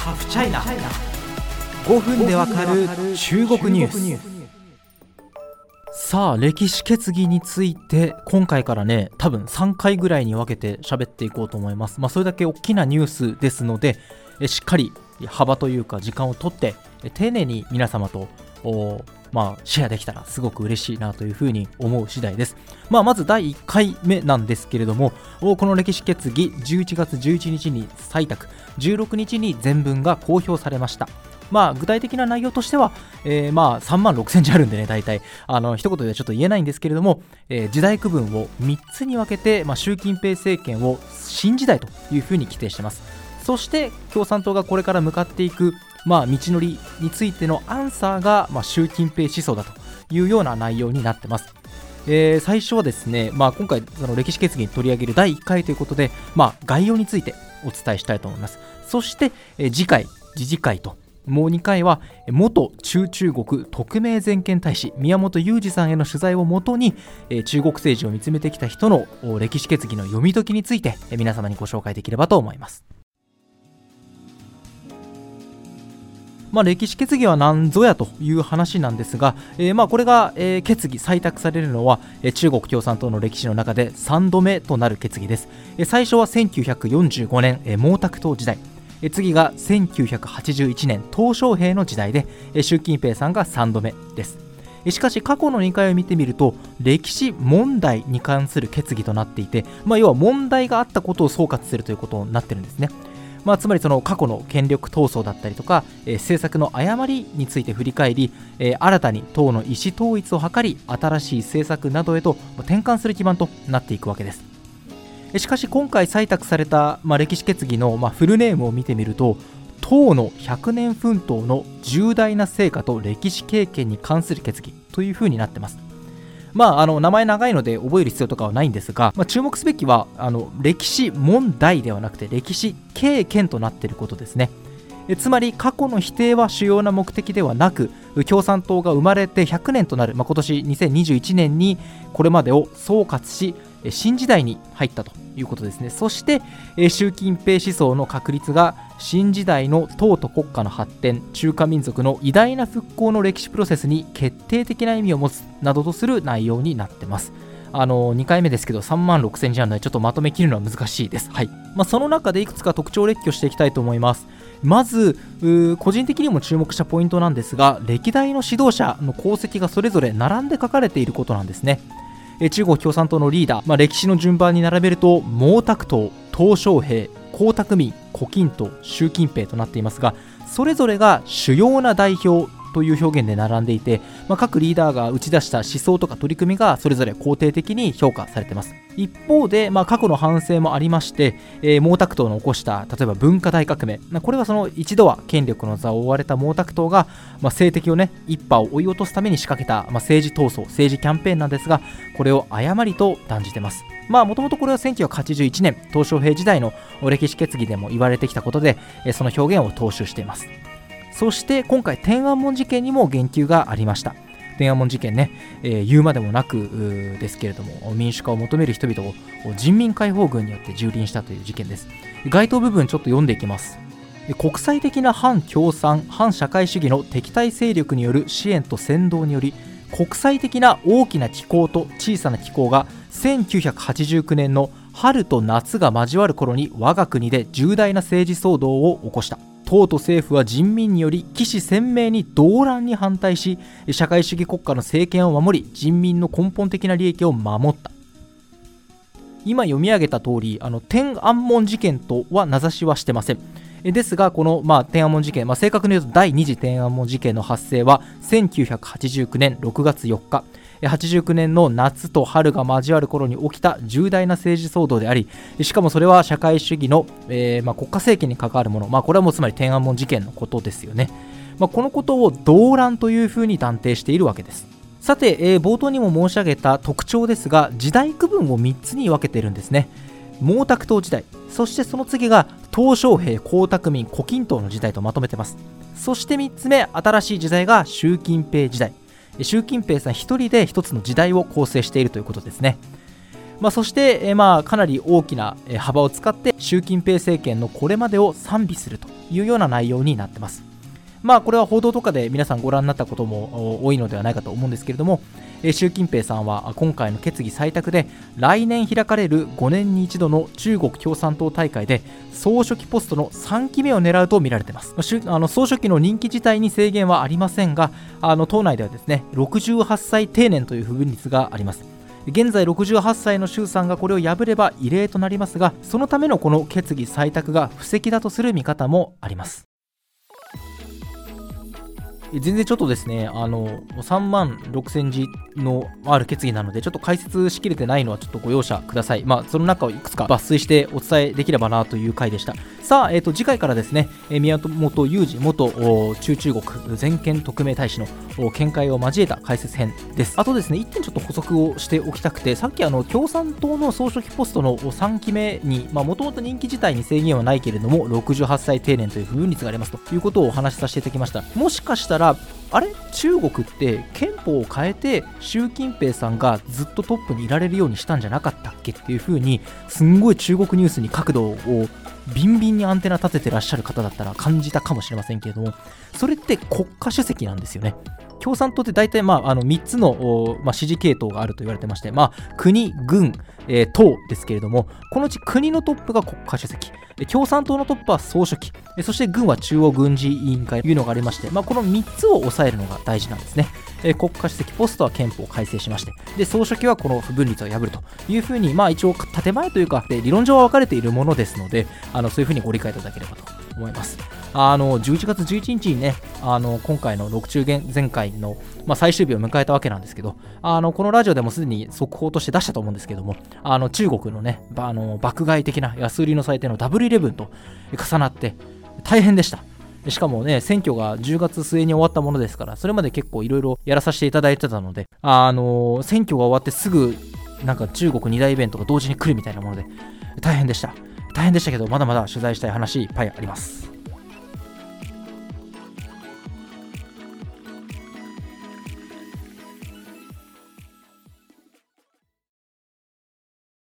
ハフチャイナ、5分でわかる中国ニュース。さあ、歴史決議について今回からね、多分3回ぐらいに分けて喋っていこうと思います。それだけ大きなニュースですので、しっかり幅というか時間をとって丁寧に皆様とシェアできたらすごく嬉しいなというふうに思う次第です。まず第1回目なんですけれども、この歴史決議11月11日に採択、16日に全文が公表されました。具体的な内容としては、3万6000字あるんでね、大体一言ではちょっと言えないんですけれども、時代区分を3つに分けて、習近平政権を新時代というふうに規定しています。そして共産党がこれから向かっていく道のりについてのアンサーが、習近平思想だというような内容になってます。最初はですね、今回その歴史決議に取り上げる第1回ということで、概要についてお伝えしたいと思います。そして、次回、次々回ともう2回は元中国特命全権大使宮本雄二さんへの取材をもとに、中国政治を見つめてきた人の歴史決議の読み解きについて皆様にご紹介できればと思います。歴史決議は何ぞやという話なんですが、これが、決議採択されるのは、中国共産党の歴史の中で3度目となる決議です。最初は1945年、毛沢東時代、次が1981年鄧小平の時代で、習近平さんが3度目です。しかし過去の2回を見てみると歴史問題に関する決議となっていて、要は問題があったことを総括するということになってるんですね。つまりその過去の権力闘争だったりとか、政策の誤りについて振り返り、新たに党の意思統一を図り新しい政策などへと転換する基盤となっていくわけです。しかし今回採択された、歴史決議の、フルネームを見てみると、党の100年奮闘の重大な成果と歴史経験に関する決議というふうになっています。名前長いので覚える必要とかはないんですが、注目すべきは歴史問題ではなくて歴史経験となっていることですね。つまり過去の否定は主要な目的ではなく、共産党が生まれて100年となる、今年2021年にこれまでを総括し新時代に入ったということですね。そして習近平思想の確立が新時代の党と国家の発展、中華民族の偉大な復興の歴史プロセスに決定的な意味を持つなどとする内容になっています。2回目ですけど3万6000字あるのでちょっとまとめきるのは難しいです。その中でいくつか特徴を列挙していきたいと思います。まず個人的にも注目したポイントなんですが、歴代の指導者の功績がそれぞれ並んで書かれていることなんですね。中国共産党のリーダー、歴史の順番に並べると毛沢東、鄧小平、江沢民、胡錦涛、習近平となっていますが、それぞれが主要な代表という表現で並んでいて、各リーダーが打ち出した思想とか取り組みがそれぞれ肯定的に評価されています。一方で、過去の反省もありまして、毛沢東の起こした例えば文化大革命、これはその一度は権力の座を追われた毛沢東が、政敵をね一派を追い落とすために仕掛けた、政治闘争、政治キャンペーンなんですが、これを誤りと断じています。もともとこれは1981年鄧小平時代の歴史決議でも言われてきたことで、その表現を踏襲しています。そして今回天安門事件にも言及がありました。天安門事件ね、言うまでもなくですけれども、民主化を求める人々を人民解放軍によって蹂躙したという事件です。該当部分ちょっと読んでいきます。国際的な反共産反社会主義の敵対勢力による支援と扇動により、国際的な大きな機構と小さな機構が1989年の春と夏が交わる頃に我が国で重大な政治騒動を起こした。党と政府は人民により起死鮮明に動乱に反対し、社会主義国家の政権を守り、人民の根本的な利益を守った。今読み上げた通り、天安門事件とは名指しはしてません。ですがこの、天安門事件、正確に言うと第2次天安門事件の発生は1989年6月4日、89年の夏と春が交わる頃に起きた重大な政治騒動であり、しかもそれは社会主義の、国家政権に関わるもの、これはもうつまり天安門事件のことですよね。このことを動乱というふうに断定しているわけです。さて、冒頭にも申し上げた特徴ですが、時代区分を3つに分けているんですね。毛沢東時代、そしてその次が鄧小平、江沢民、胡錦涛の時代とまとめてます。そして3つ目、新しい時代が習近平時代。習近平さん一人で一つの時代を構成しているということですね。 そして、かなり大きな幅を使って習近平政権のこれまでを賛美するというような内容になってます。これは報道とかで皆さんご覧になったことも多いのではないかと思うんですけれども、習近平さんは今回の決議採択で来年開かれる5年に一度の中国共産党大会で総書記ポストの3期目を狙うと見られています。総書記の任期自体に制限はありませんが、党内ではですね68歳定年という不分率があります。現在68歳の習さんがこれを破れば異例となりますが、そのためのこの決議採択が布石だとする見方もあります。全然ちょっとですね、3万6000字のある決議なので、ちょっと解説しきれてないのはちょっとご容赦ください。その中をいくつか抜粋してお伝えできればなという回でした。さあ、次回からですね、宮本雄二元中国全権特命大使の見解を交えた解説編です。あとですね、1点ちょっと補足をしておきたくて、さっき共産党の総書記ポストの3期目に、もともと任期自体に制限はないけれども、68歳定年という不分率がありますということをお話しさせていただきました。もしかしたら、中国って憲法を変えて習近平さんがずっとトップにいられるようにしたんじゃなかったっけっていう風に、すんごい中国ニュースに角度をビンビンにアンテナ立ててらっしゃる方だったら感じたかもしれませんけれども、それって国家主席なんですよね。共産党って大体3つの支持系統があると言われてまして、国、軍、党ですけれども、このうち国のトップが国家主席、共産党のトップは総書記、そして軍は中央軍事委員会というのがありまして、この3つを抑えるのが大事なんですね。国家主席ポストは憲法を改正しまして、で総書記はこの不分率を破るというふうに、一応建前というか理論上は分かれているものですので、そういうふうにご理解いただければと思います。11月11日にね、今回の6中全会の、最終日を迎えたわけなんですけど、このラジオでもすでに速報として出したと思うんですけども、中国のね、爆買い的な安売りの祭典の W11 と重なって大変でした。しかもね、選挙が10月末に終わったものですから、それまで結構いろいろやらさせていただいてたので、選挙が終わってすぐなんか中国2大イベントが同時に来るみたいなもので大変でしたけど、まだまだ取材したい話いっぱいあります。